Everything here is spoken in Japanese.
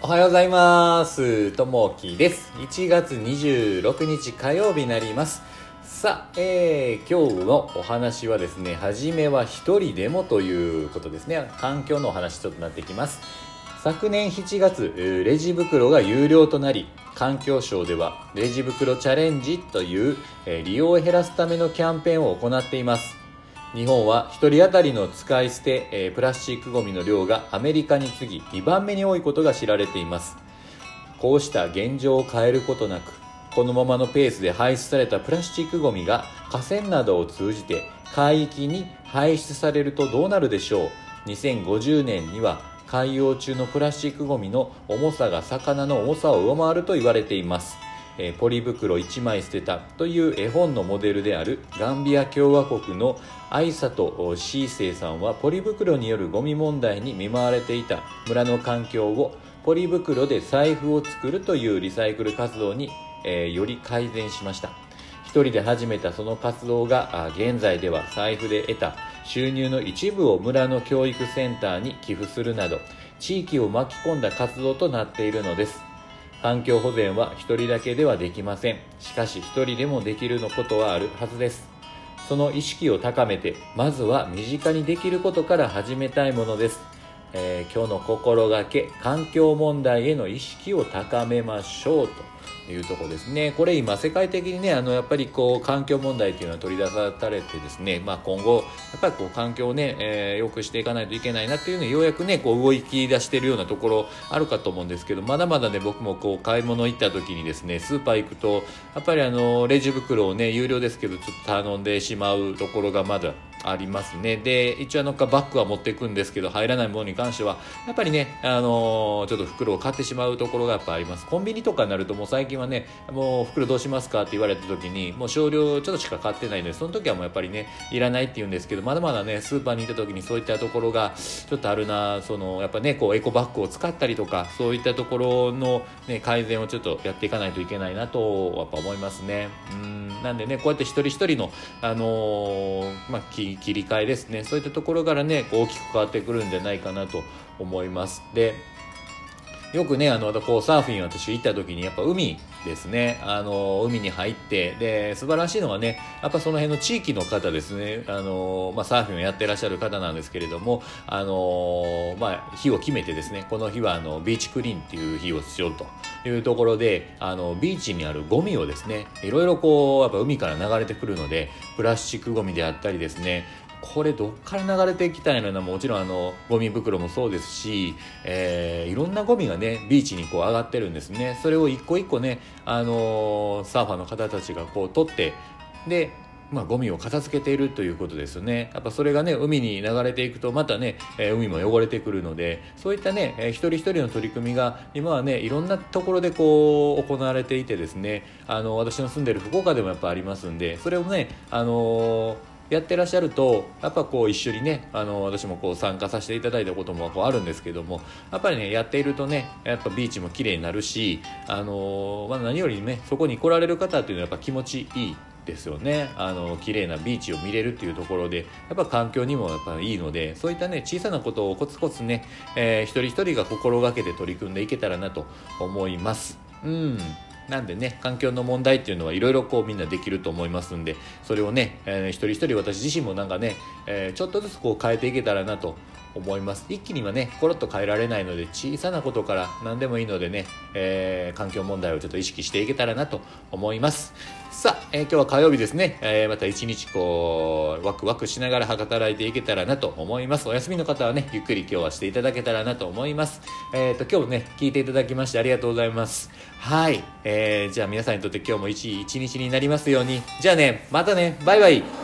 おはようございます。ともきです。1月26日火曜日になります。さあ、今日のお話はですね、初めは一人でもということですね。環境のお話ちょっとなってきます。昨年7月、レジ袋が有料となり、環境省ではレジ袋チャレンジという、利用を減らすためのキャンペーンを行っています。日本は1人当たりの使い捨て、プラスチックごみの量がアメリカに次ぎ2番目に多いことが知られています。こうした現状を変えることなく、このままのペースで排出されたプラスチックごみが河川などを通じて海域に排出されるとどうなるでしょう。2050年には海洋中のプラスチックごみの重さが魚の重さを上回ると言われています。ポリ袋1枚捨てたという絵本のモデルであるガンビア共和国のアイサト・シーセイさんは、ポリ袋によるゴミ問題に見舞われていた村の環境をポリ袋で財布を作るというリサイクル活動に、より改善しました。一人で始めたその活動が現在では財布で得た収入の一部を村の教育センターに寄付するなど、地域を巻き込んだ活動となっているのです。環境保全は一人だけではできません。しかし一人でもできることはあるはずです。その意識を高めて、まずは身近にできることから始めたいものです。今日の心がけ、環境問題への意識を高めましょうというところですね。これ今世界的にね、やっぱり環境問題っていうのは取り出されてですね、今後やっぱり環境をね、良くしていかないといけないなっていうのにようやくね動き出しているようなところあるかと思うんですけど、まだまだね僕も買い物行った時にですね、スーパー行くとやっぱりレジ袋をね有料ですけどちょっと頼んでしまうところがまだありますね。で、一応バッグは持っていくんですけど、入らないものに関してはやっぱりね、ちょっと袋を買ってしまうところがやっぱあります。コンビニとかになるともう最近はね、もう袋どうしますかって言われた時にもう少量ちょっとしか買ってないので、その時はもうやっぱりねいらないって言うんですけど、まだまだねスーパーに行った時にそういったところがちょっとあるな。やっぱねエコバッグを使ったりとか、そういったところのね改善をちょっとやっていかないといけないなとやっぱ思いますね。なんでね、こうやって一人一人の切り替えですね、そういったところからね大きく変わってくるんじゃないかなと思います。で、よくねサーフィン私行った時にやっぱ海ですね、海に入って、で素晴らしいのはねやっぱその辺の地域の方ですね、サーフィンをやってらっしゃる方なんですけれども、日を決めてですね、この日はビーチクリーンっていう日をしようというところで、ビーチにあるゴミをですね、いろいろやっぱ海から流れてくるので、プラスチックゴミであったりですね、これどっから流れてきたんやろな。もちろんゴミ袋もそうですし、いろんなゴミがねビーチに上がってるんですね。それを一個一個ね、サーファーの方たちが取って、でゴミを片付けているということですよね。やっぱそれがね海に流れていくとまたね、海も汚れてくるので、そういったね、一人一人の取り組みが今はねいろんなところで行われていてですね、私の住んでる福岡でもやっぱありますんで、それをねやってらっしゃるとやっぱ一緒にね私も参加させていただいたこともあるんですけども、やっぱりねやっているとねやっぱビーチも綺麗になるし、何よりねそこに来られる方っていうのはやっぱ気持ちいいですよね。綺麗なビーチを見れるっていうところでやっぱ環境にもやっぱいいので、そういったね小さなことをコツコツね、一人一人が心がけて取り組んでいけたらなと思います。なんでね、環境の問題っていうのはいろいろみんなできると思いますんで、それをね、一人一人私自身もちょっとずつ変えていけたらなと思います。一気にはねコロッと変えられないので、小さなことから何でもいいのでね、環境問題をちょっと意識していけたらなと思います。さあ、今日は火曜日ですね、また一日ワクワクしながら働いていけたらなと思います。お休みの方はねゆっくり今日はしていただけたらなと思います。今日もね聞いていただきましてありがとうございます。はい、じゃあ皆さんにとって今日も一日になりますように。じゃあね、またね、バイバイ。